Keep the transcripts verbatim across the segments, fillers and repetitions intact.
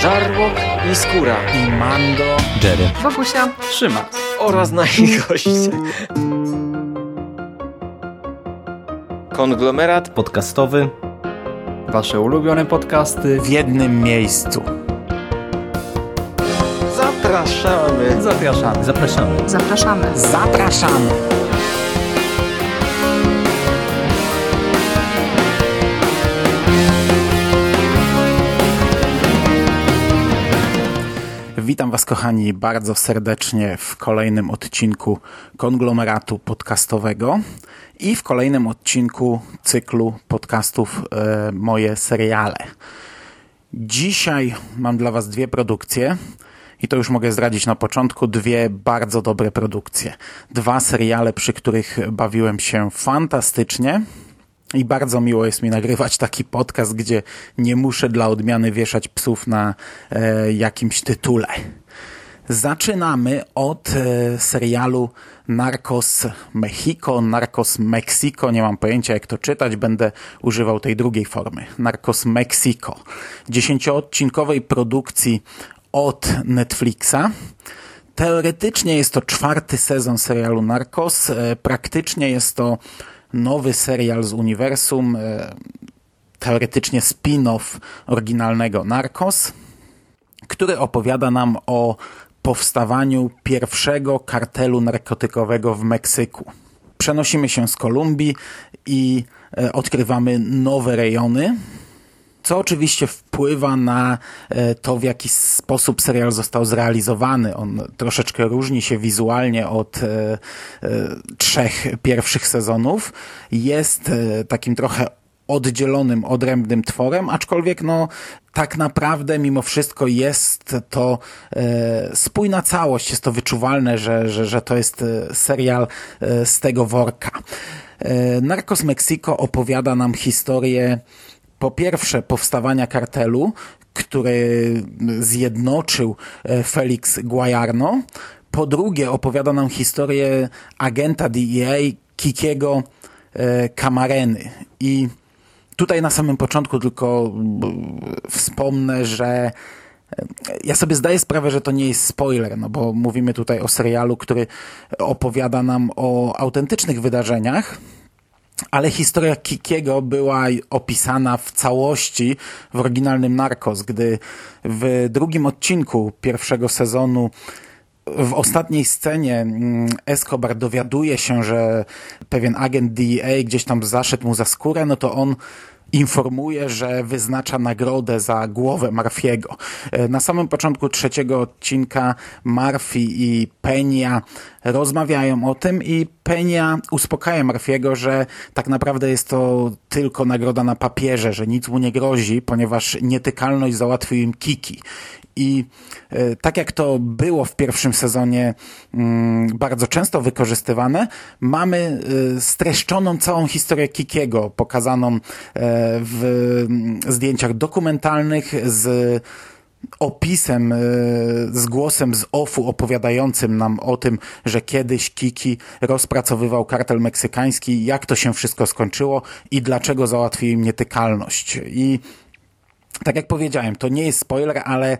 Żarłok i Skóra i Mando, Jerry, Wokusia, Szymas oraz nasi goście. Konglomerat podcastowy. Wasze ulubione podcasty w jednym miejscu. Zapraszamy. Zapraszamy. Zapraszamy. zapraszamy. Zapraszamy. Witam Was, kochani, bardzo serdecznie w kolejnym odcinku Konglomeratu Podcastowego i w kolejnym odcinku cyklu podcastów e, Moje Seriale. Dzisiaj mam dla Was dwie produkcje i to już mogę zdradzić na początku, dwie bardzo dobre produkcje. Dwa seriale, przy których bawiłem się fantastycznie. I bardzo miło jest mi nagrywać taki podcast, gdzie nie muszę dla odmiany wieszać psów na e, jakimś tytule. Zaczynamy od e, serialu Narcos Mexico, Narcos Mexico, nie mam pojęcia jak to czytać, będę używał tej drugiej formy. Narcos Mexico. Dziesięcioodcinkowej produkcji od Netflixa. Teoretycznie jest to czwarty sezon serialu Narcos, e, praktycznie jest to nowy serial z uniwersum, teoretycznie spin-off oryginalnego Narcos, który opowiada nam o powstawaniu pierwszego kartelu narkotykowego w Meksyku. Przenosimy się z Kolumbii i odkrywamy nowe rejony, co oczywiście wpływa na to, w jaki sposób serial został zrealizowany. On troszeczkę różni się wizualnie od e, e, trzech pierwszych sezonów. Jest e, takim trochę oddzielonym, odrębnym tworem, aczkolwiek no tak naprawdę mimo wszystko jest to e, spójna całość, jest to wyczuwalne, że, że, że to jest serial e, z tego worka. E, Narcos Mexico opowiada nam historię po pierwsze powstawania kartelu, który zjednoczył Felix Guajarno. Po drugie opowiada nam historię agenta D E A Kikiego Camareny. I tutaj na samym początku tylko wspomnę, że ja sobie zdaję sprawę, że to nie jest spoiler, no bo mówimy tutaj o serialu, który opowiada nam o autentycznych wydarzeniach, ale historia Kikiego była opisana w całości w oryginalnym Narcos, gdy w drugim odcinku pierwszego sezonu w ostatniej scenie Escobar dowiaduje się, że pewien agent D E A gdzieś tam zaszedł mu za skórę, no to on informuje, że wyznacza nagrodę za głowę Murphy'ego. Na samym początku trzeciego odcinka Murphy i Peña rozmawiają o tym i Peña uspokaja Murphy'ego, że tak naprawdę jest to tylko nagroda na papierze, że nic mu nie grozi, ponieważ nietykalność załatwił im Kiki. I e, tak jak to było w pierwszym sezonie m, bardzo często wykorzystywane, mamy e, streszczoną całą historię Kikiego, pokazaną e, w m, zdjęciach dokumentalnych z opisem, e, z głosem z offu opowiadającym nam o tym, że kiedyś Kiki rozpracowywał kartel meksykański, jak to się wszystko skończyło i dlaczego załatwił im nietykalność. I tak jak powiedziałem, to nie jest spoiler, ale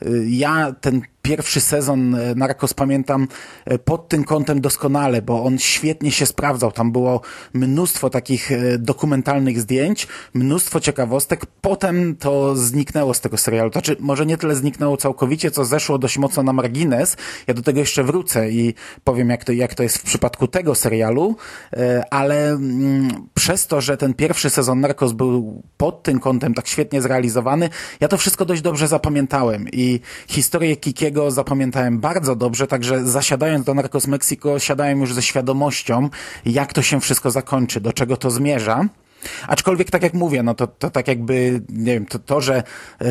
ja ten pierwszy sezon Narcos pamiętam pod tym kątem doskonale, bo on świetnie się sprawdzał. Tam było mnóstwo takich dokumentalnych zdjęć, mnóstwo ciekawostek. Potem to zniknęło z tego serialu. Znaczy, może nie tyle zniknęło całkowicie, co zeszło dość mocno na margines. Ja do tego jeszcze wrócę i powiem, jak to, jak to jest w przypadku tego serialu, ale mm, przez to, że ten pierwszy sezon Narcos był pod tym kątem tak świetnie zrealizowany, ja to wszystko dość dobrze zapamiętałem i historię Kikiego zapamiętałem bardzo dobrze, także zasiadając do Narcos Mexico, siadałem już ze świadomością, jak to się wszystko zakończy, do czego to zmierza. Aczkolwiek, tak jak mówię, no to, to tak jakby, nie wiem, to, to że y,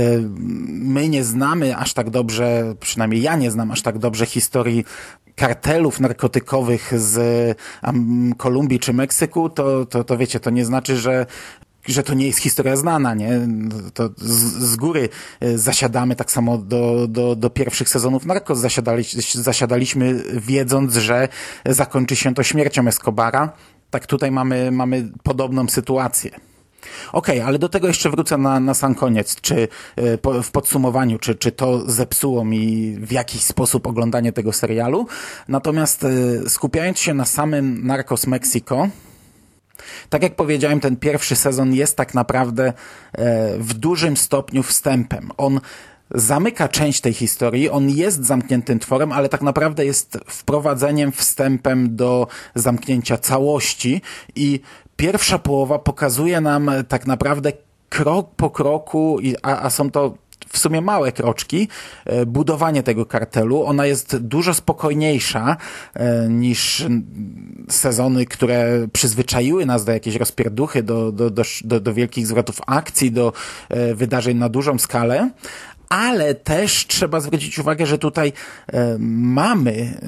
my nie znamy aż tak dobrze, przynajmniej ja nie znam aż tak dobrze historii kartelów narkotykowych z um, Kolumbii czy Meksyku, to, to, to wiecie, to nie znaczy, że że to nie jest historia znana, nie? To z, z góry zasiadamy tak samo do, do, do pierwszych sezonów Narcos zasiadali, zasiadaliśmy wiedząc, że zakończy się to śmiercią Escobara. Tak tutaj mamy, mamy podobną sytuację. Okej, okay, ale do tego jeszcze wrócę na, na sam koniec, czy y, po, w podsumowaniu, czy, czy to zepsuło mi w jakiś sposób oglądanie tego serialu. Natomiast y, skupiając się na samym Narcos Mexico, tak jak powiedziałem, ten pierwszy sezon jest tak naprawdę y, w dużym stopniu wstępem. On zamyka część tej historii, on jest zamkniętym tworem, ale tak naprawdę jest wprowadzeniem, wstępem do zamknięcia całości i pierwsza połowa pokazuje nam tak naprawdę krok po kroku, a, a są to w sumie małe kroczki, budowanie tego kartelu. Ona jest dużo spokojniejsza niż sezony, które przyzwyczaiły nas do jakiejś rozpierduchy, do, do, do, do, do wielkich zwrotów akcji, do wydarzeń na dużą skalę. Ale też trzeba zwrócić uwagę, że tutaj mamy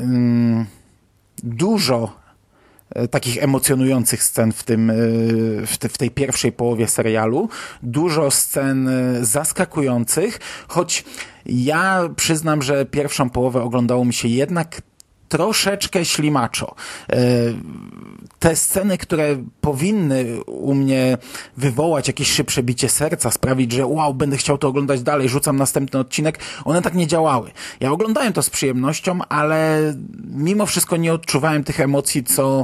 dużo takich emocjonujących scen w tym, w, te, w tej pierwszej połowie serialu. Dużo scen zaskakujących, choć ja przyznam, że pierwszą połowę oglądało mi się jednak troszeczkę ślimaczo. Te sceny, które powinny u mnie wywołać jakieś szybsze bicie serca, sprawić, że wow, będę chciał to oglądać dalej, rzucam następny odcinek, one tak nie działały. Ja oglądałem to z przyjemnością, ale mimo wszystko nie odczuwałem tych emocji, co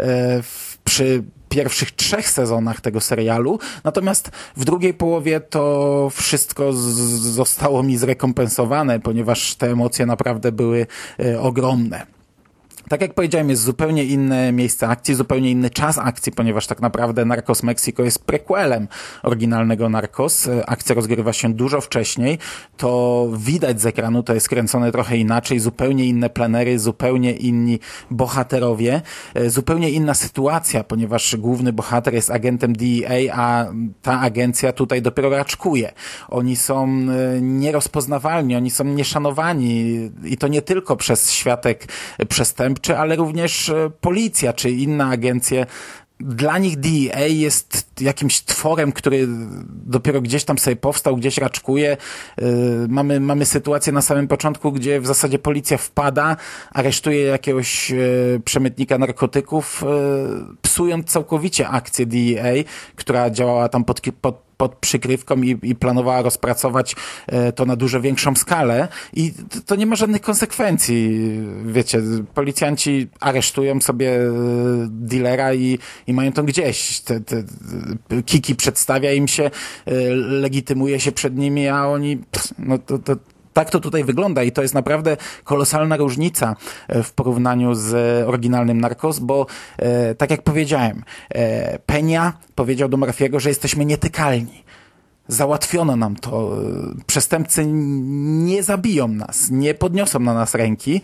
w, przy pierwszych trzech sezonach tego serialu, natomiast w drugiej połowie to wszystko z- zostało mi zrekompensowane, ponieważ te emocje naprawdę były e, ogromne. Tak jak powiedziałem, jest zupełnie inne miejsce akcji, zupełnie inny czas akcji, ponieważ tak naprawdę Narcos Mexico jest prequelem oryginalnego Narcos. Akcja rozgrywa się dużo wcześniej. To widać z ekranu, to jest kręcone trochę inaczej, zupełnie inne plenery, zupełnie inni bohaterowie, zupełnie inna sytuacja, ponieważ główny bohater jest agentem D E A, a ta agencja tutaj dopiero raczkuje. Oni są nierozpoznawalni, oni są nieszanowani i to nie tylko przez światek przestępstw, czy ale również policja, czy inne agencje. Dla nich D E A jest jakimś tworem, który dopiero gdzieś tam sobie powstał, gdzieś raczkuje. Yy, mamy, mamy sytuację na samym początku, gdzie w zasadzie policja wpada, aresztuje jakiegoś yy, przemytnika narkotyków, yy, psując całkowicie akcję D E A, która działała tam pod, pod pod przykrywką i, i planowała rozpracować e, to na dużo większą skalę i to, to nie ma żadnych konsekwencji. Wiecie, policjanci aresztują sobie e, dealera i, i mają to gdzieś. Te, te, te, Kiki przedstawia im się, e, legitymuje się przed nimi, a oni pff, no to, to tak to tutaj wygląda i to jest naprawdę kolosalna różnica w porównaniu z oryginalnym Narcos, bo e, tak jak powiedziałem, e, Peña powiedział do Murphy'ego, że jesteśmy nietykalni. Załatwiono nam to. Przestępcy nie zabiją nas, nie podniosą na nas ręki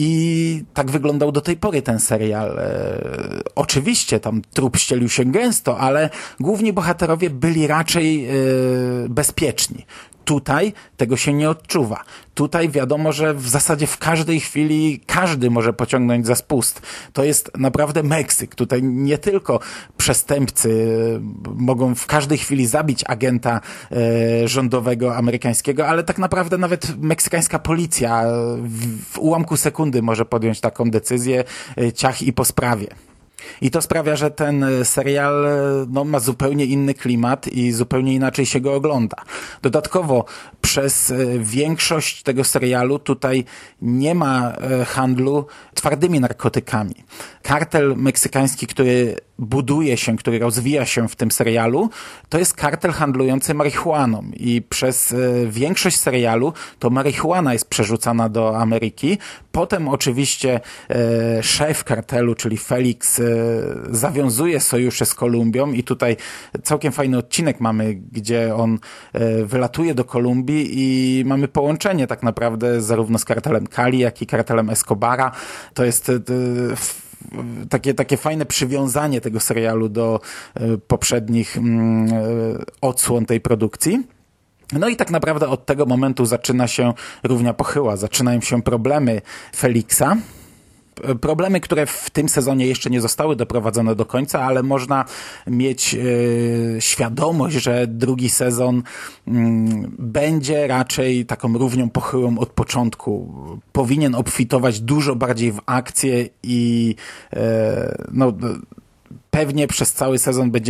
i tak wyglądał do tej pory ten serial. E, oczywiście tam trup ścielił się gęsto, ale główni bohaterowie byli raczej e, bezpieczni. Tutaj tego się nie odczuwa. Tutaj wiadomo, że w zasadzie w każdej chwili każdy może pociągnąć za spust. To jest naprawdę Meksyk. Tutaj nie tylko przestępcy mogą w każdej chwili zabić agenta e, rządowego amerykańskiego, ale tak naprawdę nawet meksykańska policja w, w ułamku sekundy może podjąć taką decyzję, e, ciach i po sprawie. I to sprawia, że ten serial no, ma zupełnie inny klimat i zupełnie inaczej się go ogląda. Dodatkowo przez większość tego serialu tutaj nie ma handlu twardymi narkotykami. Kartel meksykański, który buduje się, który rozwija się w tym serialu, to jest kartel handlujący marihuaną i przez większość serialu to marihuana jest przerzucana do Ameryki. Potem oczywiście e, szef kartelu, czyli Felix, e, zawiązuje sojusze z Kolumbią i tutaj całkiem fajny odcinek mamy, gdzie on e, wylatuje do Kolumbii i mamy połączenie tak naprawdę zarówno z kartelem Cali, jak i kartelem Escobara. To jest e, f, Takie, takie fajne przywiązanie tego serialu do e, poprzednich mm, e, odsłon tej produkcji. No i tak naprawdę od tego momentu zaczyna się równia pochyła. Zaczynają się problemy Felixa. Problemy, które w tym sezonie jeszcze nie zostały doprowadzone do końca, ale można mieć e, świadomość, że drugi sezon m, będzie raczej taką równią pochyłą od początku. Powinien obfitować dużo bardziej w akcję i e, no, pewnie przez cały sezon będziemy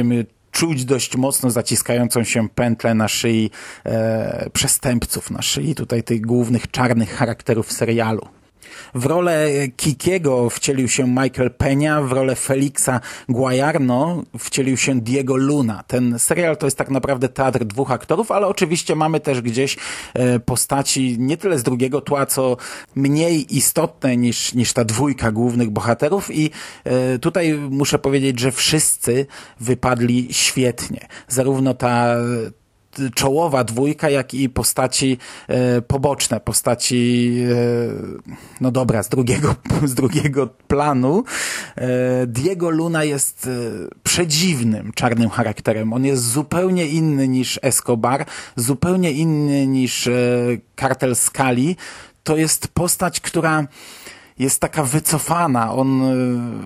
czuć dość mocno zaciskającą się pętlę na szyi e, przestępców, na szyi tutaj tych głównych czarnych charakterów serialu. W rolę Kikiego wcielił się Michael Peña, w rolę Felixa Guajarno wcielił się Diego Luna. Ten serial to jest tak naprawdę teatr dwóch aktorów, ale oczywiście mamy też gdzieś postaci nie tyle z drugiego tła, co mniej istotne niż, niż ta dwójka głównych bohaterów i tutaj muszę powiedzieć, że wszyscy wypadli świetnie. Zarówno ta czołowa dwójka, jak i postaci e, poboczne, postaci e, no dobra, z drugiego, z drugiego planu. E, Diego Luna jest e, przedziwnym, czarnym charakterem. On jest zupełnie inny niż Escobar, zupełnie inny niż e, Kartel Skali. To jest postać, która jest taka wycofana. On e,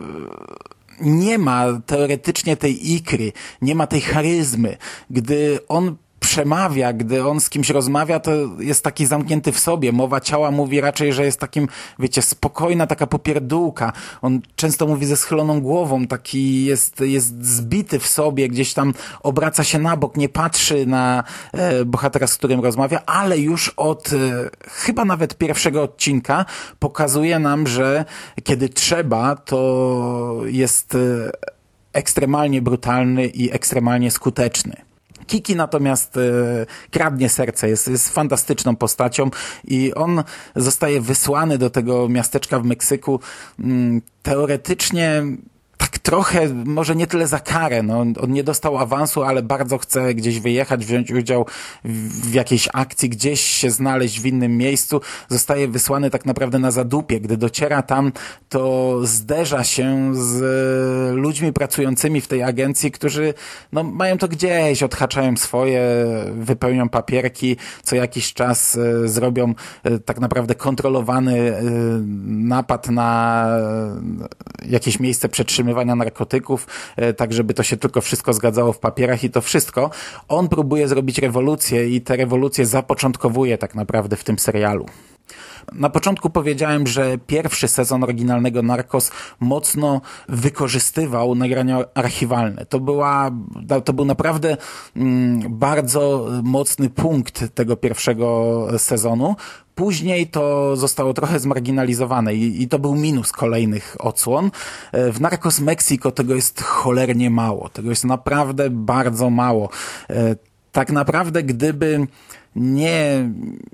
nie ma teoretycznie tej ikry, nie ma tej charyzmy. Gdy on przemawia, gdy on z kimś rozmawia, to jest taki zamknięty w sobie. Mowa ciała mówi raczej, że jest takim, wiecie, spokojna taka popierdółka. On często mówi ze schyloną głową, taki jest, jest zbity w sobie, gdzieś tam obraca się na bok, nie patrzy na e, bohatera, z którym rozmawia, ale już od e, chyba nawet pierwszego odcinka pokazuje nam, że kiedy trzeba, to jest e, ekstremalnie brutalny i ekstremalnie skuteczny. Kiki natomiast e, kradnie serce, jest, jest fantastyczną postacią i on zostaje wysłany do tego miasteczka w Meksyku m, teoretycznie tak trochę, może nie tyle za karę, no, on nie dostał awansu, ale bardzo chce gdzieś wyjechać, wziąć udział w, w jakiejś akcji, gdzieś się znaleźć w innym miejscu. Zostaje wysłany tak naprawdę na zadupie. Gdy dociera tam, to zderza się z ludźmi pracującymi w tej agencji, którzy no, mają to gdzieś, odhaczają swoje, wypełnią papierki, co jakiś czas e, zrobią e, tak naprawdę kontrolowany e, napad na e, jakieś miejsce przetrzymywania narkotyków, tak żeby to się tylko wszystko zgadzało w papierach i to wszystko. On próbuje zrobić rewolucję i tę rewolucję zapoczątkowuje tak naprawdę w tym serialu. Na początku powiedziałem, że pierwszy sezon oryginalnego Narcos mocno wykorzystywał nagrania archiwalne. To była, to był naprawdę mm, bardzo mocny punkt tego pierwszego sezonu. Później to zostało trochę zmarginalizowane i, i to był minus kolejnych odsłon. W Narcos Mexico tego jest cholernie mało. Tego jest naprawdę bardzo mało. Tak naprawdę gdyby nie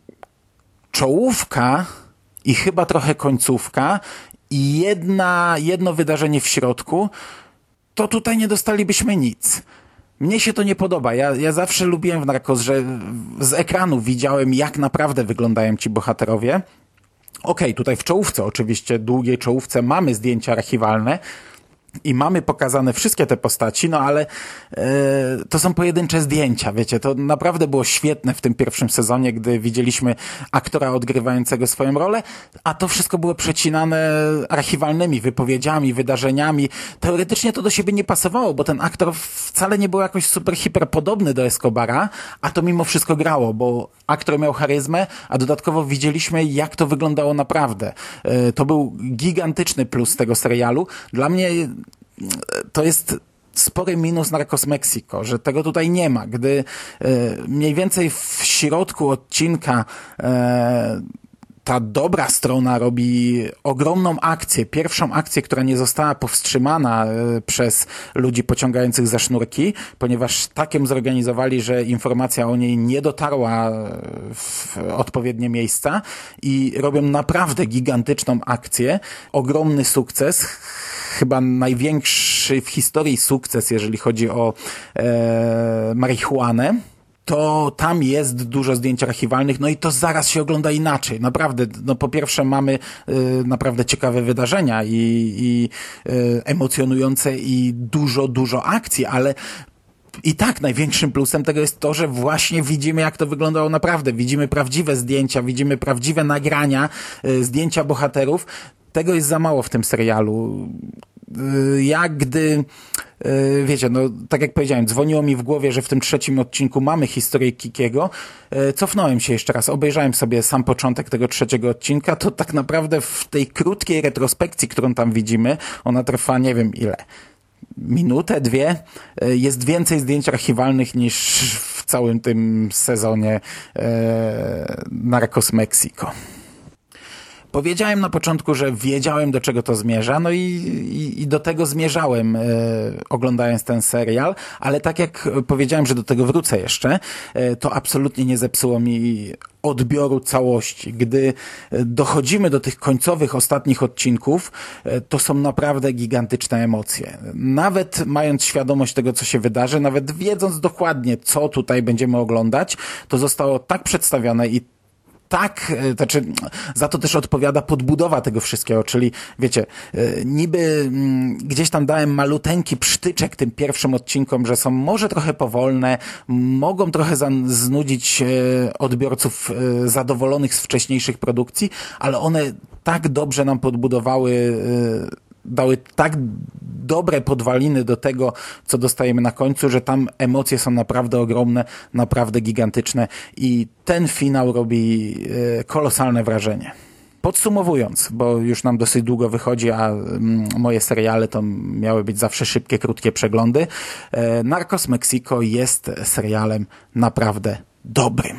czołówka i chyba trochę końcówka i jedna, jedno wydarzenie w środku, to tutaj nie dostalibyśmy nic. Mnie się to nie podoba. Ja, ja zawsze lubiłem w Narcos, że z ekranu widziałem, jak naprawdę wyglądają ci bohaterowie. Okej, okay, tutaj w czołówce, oczywiście długiej czołówce mamy zdjęcia archiwalne i mamy pokazane wszystkie te postaci, no ale e, to są pojedyncze zdjęcia, wiecie, to naprawdę było świetne w tym pierwszym sezonie, gdy widzieliśmy aktora odgrywającego swoją rolę, a to wszystko było przecinane archiwalnymi wypowiedziami, wydarzeniami. Teoretycznie to do siebie nie pasowało, bo ten aktor wcale nie był jakoś super hiper podobny do Escobara, a to mimo wszystko grało, bo aktor miał charyzmę, a dodatkowo widzieliśmy, jak to wyglądało naprawdę. E, to był gigantyczny plus tego serialu. Dla mnie to jest spory minus Narcos Mexico, że tego tutaj nie ma. Gdy e, mniej więcej w środku odcinka e, ta dobra strona robi ogromną akcję, pierwszą akcję, która nie została powstrzymana e, przez ludzi pociągających za sznurki, ponieważ tak ją zorganizowali, że informacja o niej nie dotarła w odpowiednie miejsca i robią naprawdę gigantyczną akcję, ogromny sukces, chyba największy w historii sukces, jeżeli chodzi o e, marihuanę. To tam jest dużo zdjęć archiwalnych, no i to zaraz się ogląda inaczej. Naprawdę, no po pierwsze mamy y, naprawdę ciekawe wydarzenia i, i y, emocjonujące i dużo, dużo akcji, ale i tak największym plusem tego jest to, że właśnie widzimy, jak to wyglądało naprawdę. Widzimy prawdziwe zdjęcia, widzimy prawdziwe nagrania, y, zdjęcia bohaterów. Tego jest za mało w tym serialu. Ja gdy, wiecie, no tak jak powiedziałem, dzwoniło mi w głowie, że w tym trzecim odcinku mamy historię Kikiego, cofnąłem się jeszcze raz, obejrzałem sobie sam początek tego trzeciego odcinka, to tak naprawdę w tej krótkiej retrospekcji, którą tam widzimy, ona trwa nie wiem ile, minutę, dwie, jest więcej zdjęć archiwalnych niż w całym tym sezonie e, Narcos Mexico. Powiedziałem na początku, że wiedziałem, do czego to zmierza, no i, i, i do tego zmierzałem, e, oglądając ten serial, ale tak jak powiedziałem, że do tego wrócę jeszcze, e, to absolutnie nie zepsuło mi odbioru całości. Gdy dochodzimy do tych końcowych, ostatnich odcinków, e, to są naprawdę gigantyczne emocje. Nawet mając świadomość tego, co się wydarzy, nawet wiedząc dokładnie, co tutaj będziemy oglądać, to zostało tak przedstawione i tak, znaczy za to też odpowiada podbudowa tego wszystkiego, czyli wiecie, niby gdzieś tam dałem maluteńki przytyczek tym pierwszym odcinkom, że są może trochę powolne, mogą trochę znudzić odbiorców zadowolonych z wcześniejszych produkcji, ale one tak dobrze nam podbudowały, dały tak dobre podwaliny do tego, co dostajemy na końcu, że tam emocje są naprawdę ogromne, naprawdę gigantyczne i ten finał robi kolosalne wrażenie. Podsumowując, bo już nam dosyć długo wychodzi, a moje seriale to miały być zawsze szybkie, krótkie przeglądy, Narcos Mexico jest serialem naprawdę dobrym.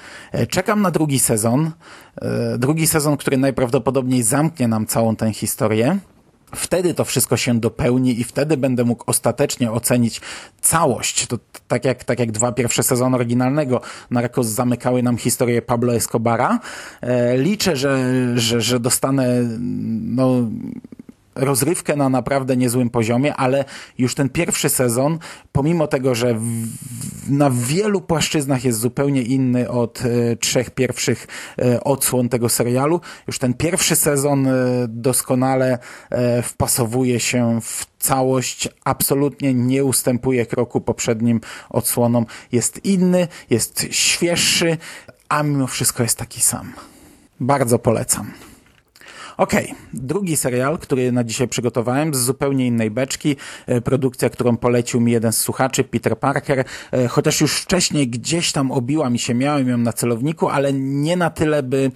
Czekam na drugi sezon. Drugi sezon, który najprawdopodobniej zamknie nam całą tę historię. Wtedy to wszystko się dopełni i wtedy będę mógł ostatecznie ocenić całość. To tak jak, tak jak dwa pierwsze sezony oryginalnego Narcos zamykały nam historię Pablo Escobara. E, liczę, że, że, że dostanę no, rozrywkę na naprawdę niezłym poziomie, ale już ten pierwszy sezon, pomimo tego, że w, na wielu płaszczyznach jest zupełnie inny od e, trzech pierwszych e, odsłon tego serialu, już ten pierwszy sezon e, doskonale e, wpasowuje się w całość, absolutnie nie ustępuje kroku poprzednim odsłonom. Jest inny, jest świeższy, a mimo wszystko jest taki sam. Bardzo polecam. Okej, okay. Drugi serial, który na dzisiaj przygotowałem, z zupełnie innej beczki. Produkcja, którą polecił mi jeden z słuchaczy, Peter Parker. Chociaż już wcześniej gdzieś tam obiła mi się, miałem ją na celowniku, ale nie na tyle, by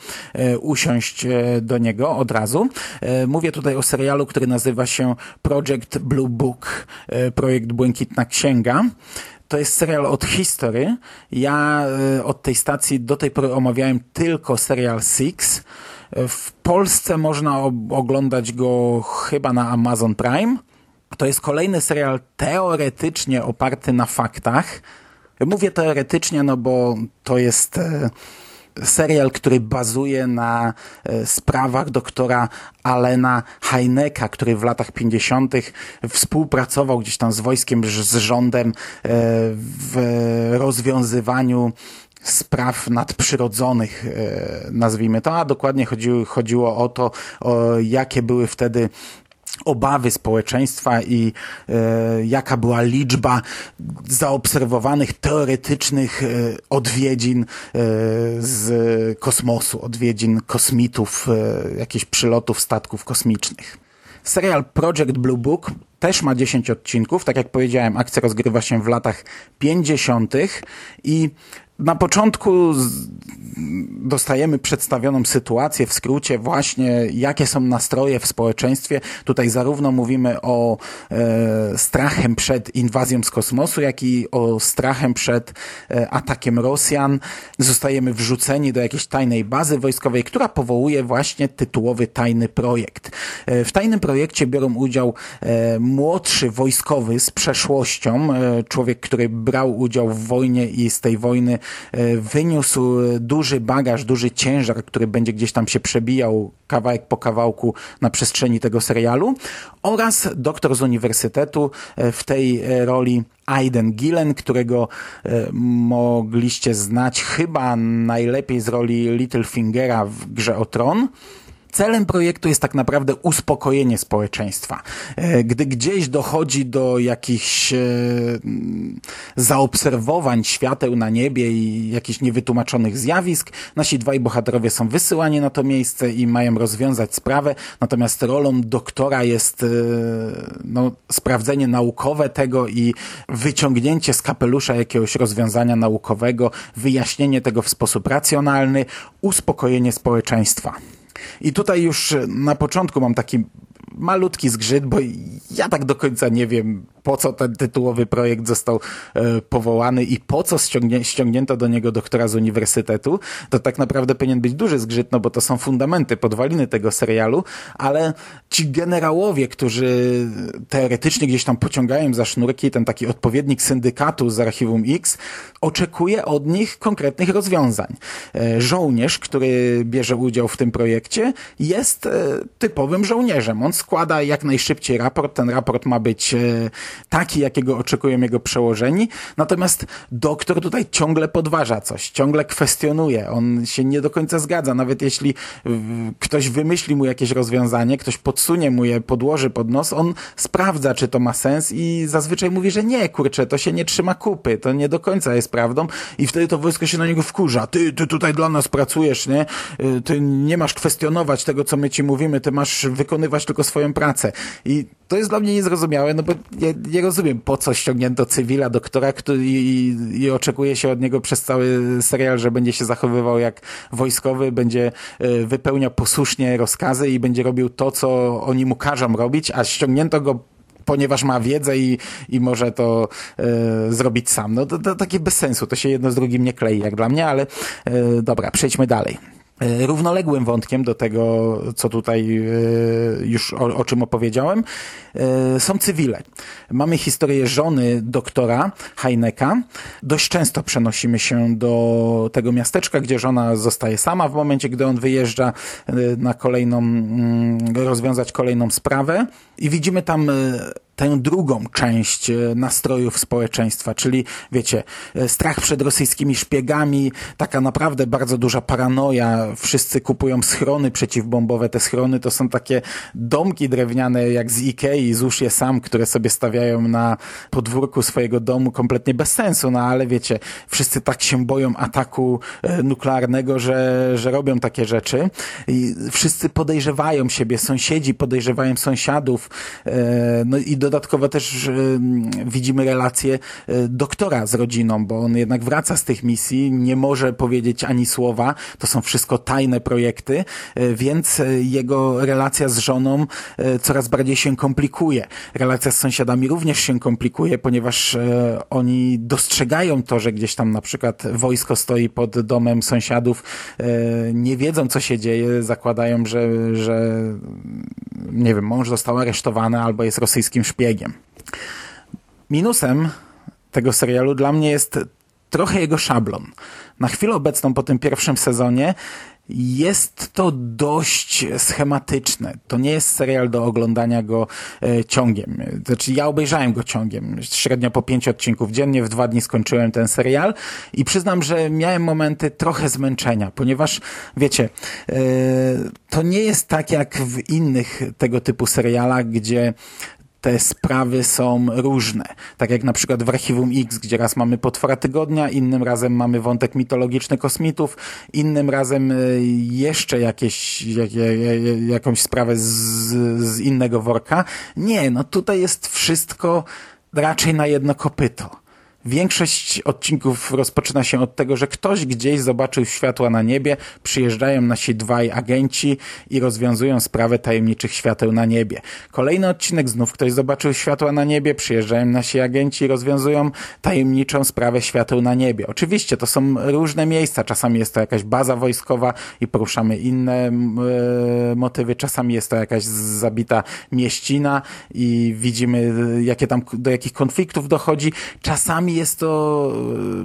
usiąść do niego od razu. Mówię tutaj o serialu, który nazywa się Project Blue Book, projekt Błękitna Księga. To jest serial od History. Ja od tej stacji do tej pory omawiałem tylko serial Six. W Polsce można oglądać go chyba na Amazon Prime. To jest kolejny serial teoretycznie oparty na faktach. Mówię teoretycznie, no bo to jest serial, który bazuje na sprawach doktora Allena Hyneka, który w latach pięćdziesiątych współpracował gdzieś tam z wojskiem, z rządem w rozwiązywaniu spraw nadprzyrodzonych, nazwijmy to, a dokładnie chodziło, chodziło o to, o jakie były wtedy obawy społeczeństwa i e, jaka była liczba zaobserwowanych teoretycznych e, odwiedzin e, z kosmosu, odwiedzin kosmitów, e, jakichś przylotów statków kosmicznych. Serial Project Blue Book też ma dziesięć odcinków. Tak jak powiedziałem, akcja rozgrywa się w latach pięćdziesiątych i na początku dostajemy przedstawioną sytuację, w skrócie właśnie, jakie są nastroje w społeczeństwie. Tutaj zarówno mówimy o e, strachem przed inwazją z kosmosu, jak i o strachem przed e, atakiem Rosjan. Zostajemy wrzuceni do jakiejś tajnej bazy wojskowej, która powołuje właśnie tytułowy tajny projekt. E, w tajnym projekcie biorą udział e, młodszy wojskowy z przeszłością, e, człowiek, który brał udział w wojnie i z tej wojny wyniósł duży bagaż, duży ciężar, który będzie gdzieś tam się przebijał kawałek po kawałku na przestrzeni tego serialu, oraz doktor z uniwersytetu, w tej roli Aidan Gillen, którego mogliście znać chyba najlepiej z roli Littlefingera w Grze o Tron. Celem projektu jest tak naprawdę uspokojenie społeczeństwa. Gdy gdzieś dochodzi do jakichś zaobserwowań świateł na niebie i jakichś niewytłumaczonych zjawisk, nasi dwaj bohaterowie są wysyłani na to miejsce i mają rozwiązać sprawę, natomiast rolą doktora jest no, sprawdzenie naukowe tego i wyciągnięcie z kapelusza jakiegoś rozwiązania naukowego, wyjaśnienie tego w sposób racjonalny, uspokojenie społeczeństwa. I tutaj już na początku mam taki malutki zgrzyt, bo ja tak do końca nie wiem, po co ten tytułowy projekt został e, powołany i po co ściągnie, ściągnięto do niego doktora z uniwersytetu. To tak naprawdę powinien być duży zgrzyt, no bo to są fundamenty, podwaliny tego serialu, ale ci generałowie, którzy teoretycznie gdzieś tam pociągają za sznurki, ten taki odpowiednik syndykatu z Archiwum X, oczekuje od nich konkretnych rozwiązań. E, żołnierz, który bierze udział w tym projekcie, jest e, typowym żołnierzem. On składa jak najszybciej raport. Ten raport ma być e, taki, jakiego oczekują jego przełożeni. Natomiast doktor tutaj ciągle podważa coś, ciągle kwestionuje. On się nie do końca zgadza. Nawet jeśli ktoś wymyśli mu jakieś rozwiązanie, ktoś podsunie mu je, podłoży pod nos, on sprawdza, czy to ma sens i zazwyczaj mówi, że nie, kurczę, to się nie trzyma kupy, to nie do końca jest prawdą i wtedy to wojsko się na niego wkurza. Ty, ty tutaj dla nas pracujesz, nie? Ty nie masz kwestionować tego, co my ci mówimy, ty masz wykonywać tylko swoją pracę. I to jest dla mnie niezrozumiałe, no bo ja nie rozumiem, po co ściągnięto cywila, doktora, który i, i oczekuje się od niego przez cały serial, że będzie się zachowywał jak wojskowy, będzie wypełniał posłusznie rozkazy i będzie robił to, co oni mu każą robić, a ściągnięto go, ponieważ ma wiedzę i, i może to e, zrobić sam. No to, to takie bez sensu, to się jedno z drugim nie klei jak dla mnie, ale e, dobra, przejdźmy dalej. Równoległym wątkiem do tego, co tutaj już o, o czym opowiedziałem, są cywile. Mamy historię żony doktora Hyneka. Dość często przenosimy się do tego miasteczka, gdzie żona zostaje sama w momencie, gdy on wyjeżdża na kolejną, rozwiązać kolejną sprawę i widzimy tam tę drugą część nastrojów społeczeństwa, czyli wiecie, strach przed rosyjskimi szpiegami, taka naprawdę bardzo duża paranoja, wszyscy kupują schrony przeciwbombowe, te schrony to są takie domki drewniane jak z Ikei, złóż je sam, które sobie stawiają na podwórku swojego domu, kompletnie bez sensu, no ale wiecie, wszyscy tak się boją ataku nuklearnego, że, że robią takie rzeczy i wszyscy podejrzewają siebie, sąsiedzi podejrzewają sąsiadów, no i dodatkowo też y, widzimy relację y, doktora z rodziną, bo on jednak wraca z tych misji, nie może powiedzieć ani słowa, to są wszystko tajne projekty, y, więc y, jego relacja z żoną y, coraz bardziej się komplikuje. Relacja z sąsiadami również się komplikuje, ponieważ y, oni dostrzegają to, że gdzieś tam na przykład wojsko stoi pod domem sąsiadów, y, nie wiedzą, co się dzieje, zakładają, że, że nie wiem, mąż został aresztowany albo jest rosyjskim szpiegiem. Minusem tego serialu dla mnie jest trochę jego szablon. Na chwilę obecną po tym pierwszym sezonie jest to dość schematyczne. To nie jest serial do oglądania go e, ciągiem. Znaczy ja obejrzałem go ciągiem. Średnio po pięć odcinków dziennie. W dwa dni skończyłem ten serial i przyznam, że miałem momenty trochę zmęczenia, ponieważ wiecie, e, to nie jest tak jak w innych tego typu serialach, gdzie te sprawy są różne. Tak jak na przykład w Archiwum X, gdzie raz mamy potwora tygodnia, innym razem mamy wątek mitologiczny kosmitów, innym razem jeszcze jakieś, jak, jak, jakąś sprawę z, z innego worka. Nie, no tutaj jest wszystko raczej na jedno kopyto. Większość odcinków rozpoczyna się od tego, że ktoś gdzieś zobaczył światła na niebie, przyjeżdżają nasi dwaj agenci i rozwiązują sprawę tajemniczych świateł na niebie. Kolejny odcinek, znów ktoś zobaczył światła na niebie, przyjeżdżają nasi agenci i rozwiązują tajemniczą sprawę świateł na niebie. Oczywiście to są różne miejsca, czasami jest to jakaś baza wojskowa i poruszamy inne e, motywy, czasami jest to jakaś zabita mieścina i widzimy, jakie tam, do jakich konfliktów dochodzi. Czasami jest to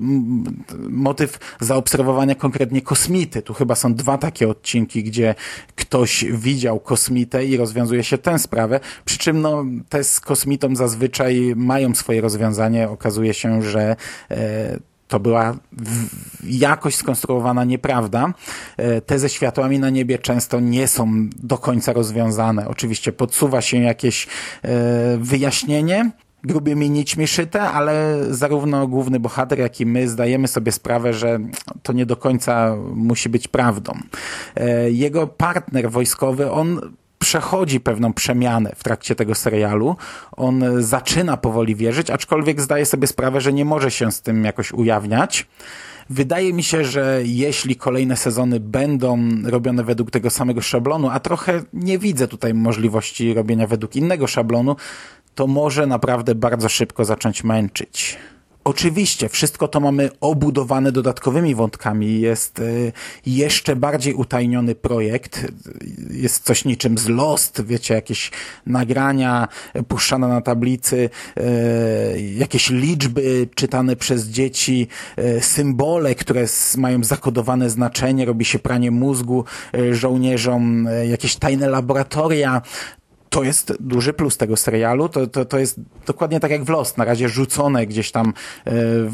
motyw zaobserwowania konkretnie kosmity. Tu chyba są dwa takie odcinki, gdzie ktoś widział kosmitę i rozwiązuje się tę sprawę, przy czym no, te z kosmitą zazwyczaj mają swoje rozwiązanie. Okazuje się, że e, to była jakoś skonstruowana nieprawda. Te ze światłami na niebie często nie są do końca rozwiązane. Oczywiście podsuwa się jakieś e, wyjaśnienie, grubymi nićmi szyte, ale zarówno główny bohater, jak i my zdajemy sobie sprawę, że to nie do końca musi być prawdą. Jego partner wojskowy, on przechodzi pewną przemianę w trakcie tego serialu. On zaczyna powoli wierzyć, aczkolwiek zdaje sobie sprawę, że nie może się z tym jakoś ujawniać. wydaje mi się, że jeśli kolejne sezony będą robione według tego samego szablonu, a trochę nie widzę tutaj możliwości robienia według innego szablonu, to może naprawdę bardzo szybko zacząć męczyć. Oczywiście, wszystko to mamy obudowane dodatkowymi wątkami. Jest y, jeszcze bardziej utajniony projekt. Jest coś niczym z Lost, wiecie, jakieś nagrania puszczane na tablicy, y, jakieś liczby czytane przez dzieci, y, symbole, które s- mają zakodowane znaczenie, robi się pranie mózgu y, żołnierzom, y, jakieś tajne laboratoria. To jest duży plus tego serialu, to, to, to jest dokładnie tak jak w Lost, na razie rzucone gdzieś tam w,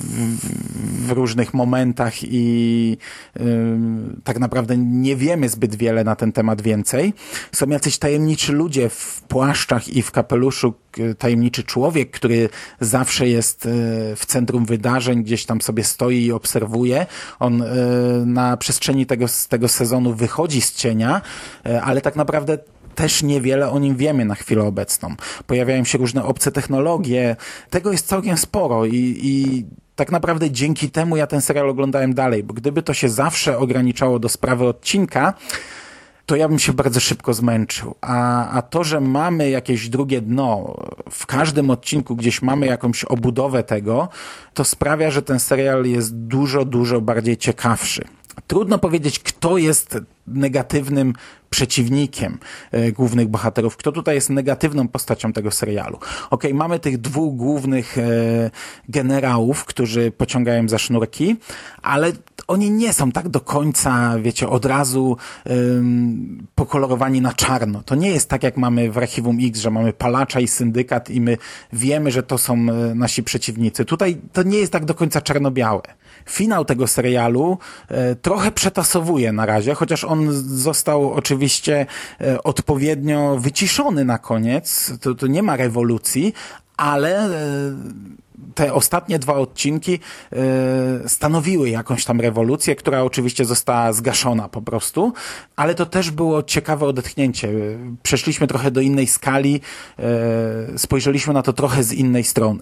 w różnych momentach i y, tak naprawdę nie wiemy zbyt wiele na ten temat więcej. Są jacyś tajemniczy ludzie w płaszczach i w kapeluszu, tajemniczy człowiek, który zawsze jest w centrum wydarzeń, gdzieś tam sobie stoi i obserwuje. On y, na przestrzeni tego, tego sezonu wychodzi z cienia, y, ale tak naprawdę też niewiele o nim wiemy na chwilę obecną. Pojawiają się różne obce technologie. Tego jest całkiem sporo i, i tak naprawdę dzięki temu ja ten serial oglądałem dalej, bo gdyby to się zawsze ograniczało do sprawy odcinka, to ja bym się bardzo szybko zmęczył. A, a to, że mamy jakieś drugie dno, w każdym odcinku gdzieś mamy jakąś obudowę tego, to sprawia, że ten serial jest dużo, dużo bardziej ciekawszy. Trudno powiedzieć, kto jest negatywnym przeciwnikiem e, głównych bohaterów, kto tutaj jest negatywną postacią tego serialu. Okej, mamy tych dwóch głównych e, generałów, którzy pociągają za sznurki, ale oni nie są tak do końca, wiecie, od razu ym, pokolorowani na czarno. To nie jest tak, jak mamy w Archiwum X, że mamy palacza i syndykat i my wiemy, że to są e, nasi przeciwnicy. Tutaj to nie jest tak do końca czarno-białe. Finał tego serialu e, trochę przetasowuje na razie, chociaż on został oczywiście e, odpowiednio wyciszony na koniec. To, to nie ma rewolucji, ale e, te ostatnie dwa odcinki e, stanowiły jakąś tam rewolucję, która oczywiście została zgaszona po prostu, ale to też było ciekawe odetchnięcie. Przeszliśmy trochę do innej skali, e, spojrzeliśmy na to trochę z innej strony.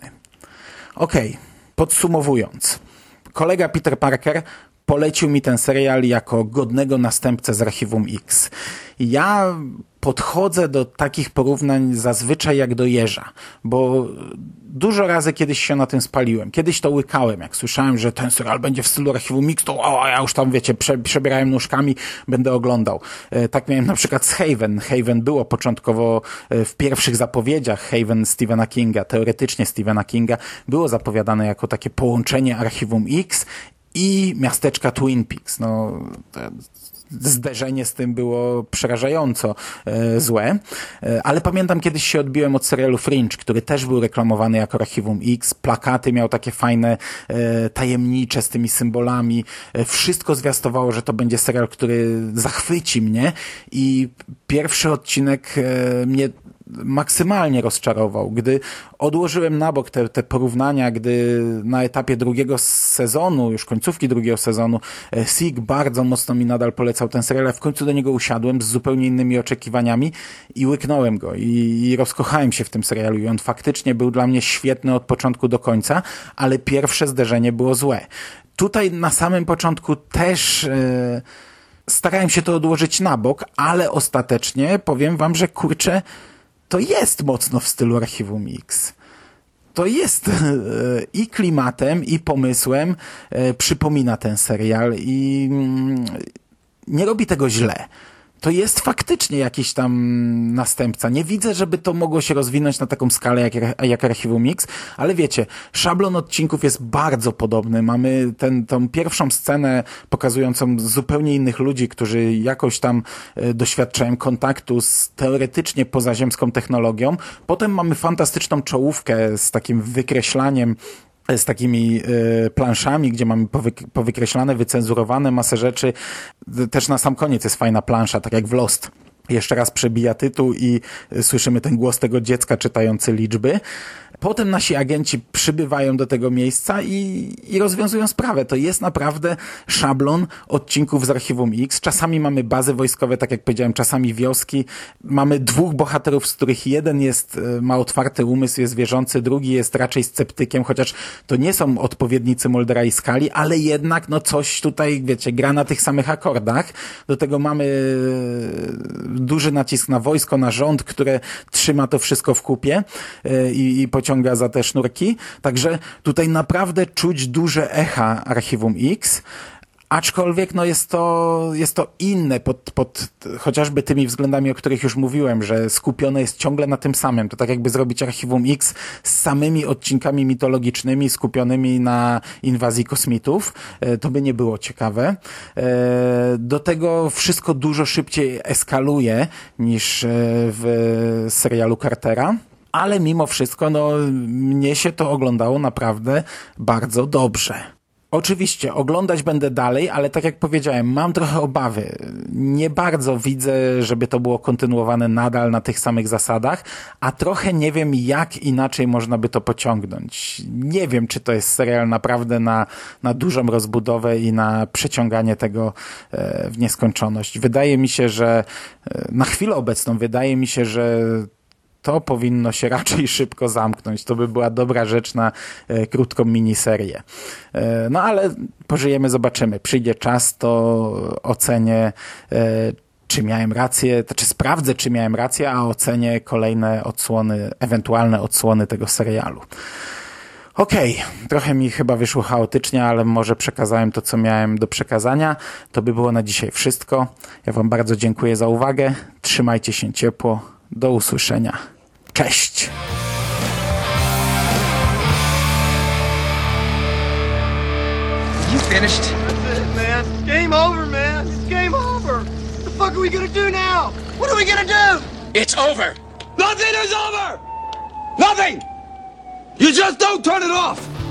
Okej, podsumowując. Kolega Peter Parker polecił mi ten serial jako godnego następcę z Archiwum X. Ja podchodzę do takich porównań zazwyczaj jak do jeża, bo dużo razy kiedyś się na tym spaliłem. Kiedyś to łykałem, jak słyszałem, że ten serial będzie w stylu Archiwum X, to o, ja już tam, wiecie, prze, przebierałem nóżkami, będę oglądał. E, tak miałem na przykład z Haven. Haven było początkowo e, w pierwszych zapowiedziach Haven Stephena Kinga, teoretycznie Stephena Kinga, było zapowiadane jako takie połączenie Archiwum X i miasteczka Twin Peaks. No, zderzenie z tym było przerażająco e, złe, e, ale pamiętam, kiedyś się odbiłem od serialu Fringe, który też był reklamowany jako Archiwum X, plakaty miał takie fajne, e, tajemnicze z tymi symbolami, e, wszystko zwiastowało, że to będzie serial, który zachwyci mnie i pierwszy odcinek e, mnie maksymalnie rozczarował. Gdy odłożyłem na bok te, te porównania, gdy na etapie drugiego sezonu, już końcówki drugiego sezonu, Sig bardzo mocno mi nadal polecał ten serial, a w końcu do niego usiadłem z zupełnie innymi oczekiwaniami i łyknąłem go i, i rozkochałem się w tym serialu i on faktycznie był dla mnie świetny od początku do końca, ale pierwsze zderzenie było złe. Tutaj na samym początku też yy, starałem się to odłożyć na bok, ale ostatecznie powiem wam, że kurczę, to jest mocno w stylu Archiwum X. To jest e, i klimatem, i pomysłem e, przypomina ten serial i mm, nie robi tego źle. To jest faktycznie jakiś tam następca. Nie widzę, żeby to mogło się rozwinąć na taką skalę jak, jak Archiwum X, ale wiecie, szablon odcinków jest bardzo podobny. Mamy ten, tą pierwszą scenę pokazującą zupełnie innych ludzi, którzy jakoś tam e, doświadczają kontaktu z teoretycznie pozaziemską technologią. Potem mamy fantastyczną czołówkę z takim wykreślaniem, z takimi y, planszami, gdzie mamy powyk- powykreślane, wycenzurowane masę rzeczy. Też na sam koniec jest fajna plansza, tak jak w Lost. Jeszcze raz przebija tytuł i słyszymy ten głos tego dziecka czytający liczby. Potem nasi agenci przybywają do tego miejsca i, i rozwiązują sprawę. To jest naprawdę szablon odcinków z Archiwum X. Czasami mamy bazy wojskowe, tak jak powiedziałem, czasami wioski. Mamy dwóch bohaterów, z których jeden jest, ma otwarty umysł, jest wierzący, drugi jest raczej sceptykiem, chociaż to nie są odpowiednicy Muldera i Scully, ale jednak no coś tutaj, wiecie, gra na tych samych akordach. Do tego mamy duży nacisk na wojsko, na rząd, które trzyma to wszystko w kupie i, i pociąga za te sznurki. Także tutaj naprawdę czuć duże echa Archiwum X. Aczkolwiek no jest to, jest to inne pod, pod chociażby tymi względami, o których już mówiłem, że skupione jest ciągle na tym samym. To tak jakby zrobić Archiwum X z samymi odcinkami mitologicznymi skupionymi na inwazji kosmitów. To by nie było ciekawe. Do tego wszystko dużo szybciej eskaluje niż w serialu Cartera. Ale mimo wszystko, no, mnie się to oglądało naprawdę bardzo dobrze. Oczywiście oglądać będę dalej, ale tak jak powiedziałem, mam trochę obawy. Nie bardzo widzę, żeby to było kontynuowane nadal na tych samych zasadach, a trochę nie wiem, jak inaczej można by to pociągnąć. Nie wiem, czy to jest serial naprawdę na, na dużą rozbudowę i na przeciąganie tego e, w nieskończoność. Wydaje mi się, że e, na chwilę obecną wydaje mi się, że to powinno się raczej szybko zamknąć. To by była dobra rzecz na e, krótką miniserię. E, no ale pożyjemy, zobaczymy. Przyjdzie czas, to ocenię, e, czy miałem rację, to czy sprawdzę, czy miałem rację, a ocenię kolejne odsłony, ewentualne odsłony tego serialu. Okej, okay. Trochę mi chyba wyszło chaotycznie, ale może przekazałem to, co miałem do przekazania. To by było na dzisiaj wszystko. Ja wam bardzo dziękuję za uwagę. Trzymajcie się ciepło. Do usłyszenia. Cześć! You finished? That's it, man. Game over, man. It's game over. What the fuck are we gonna do now? What are we gonna do? It's over. Nothing is over. Nothing. You just don't turn it off.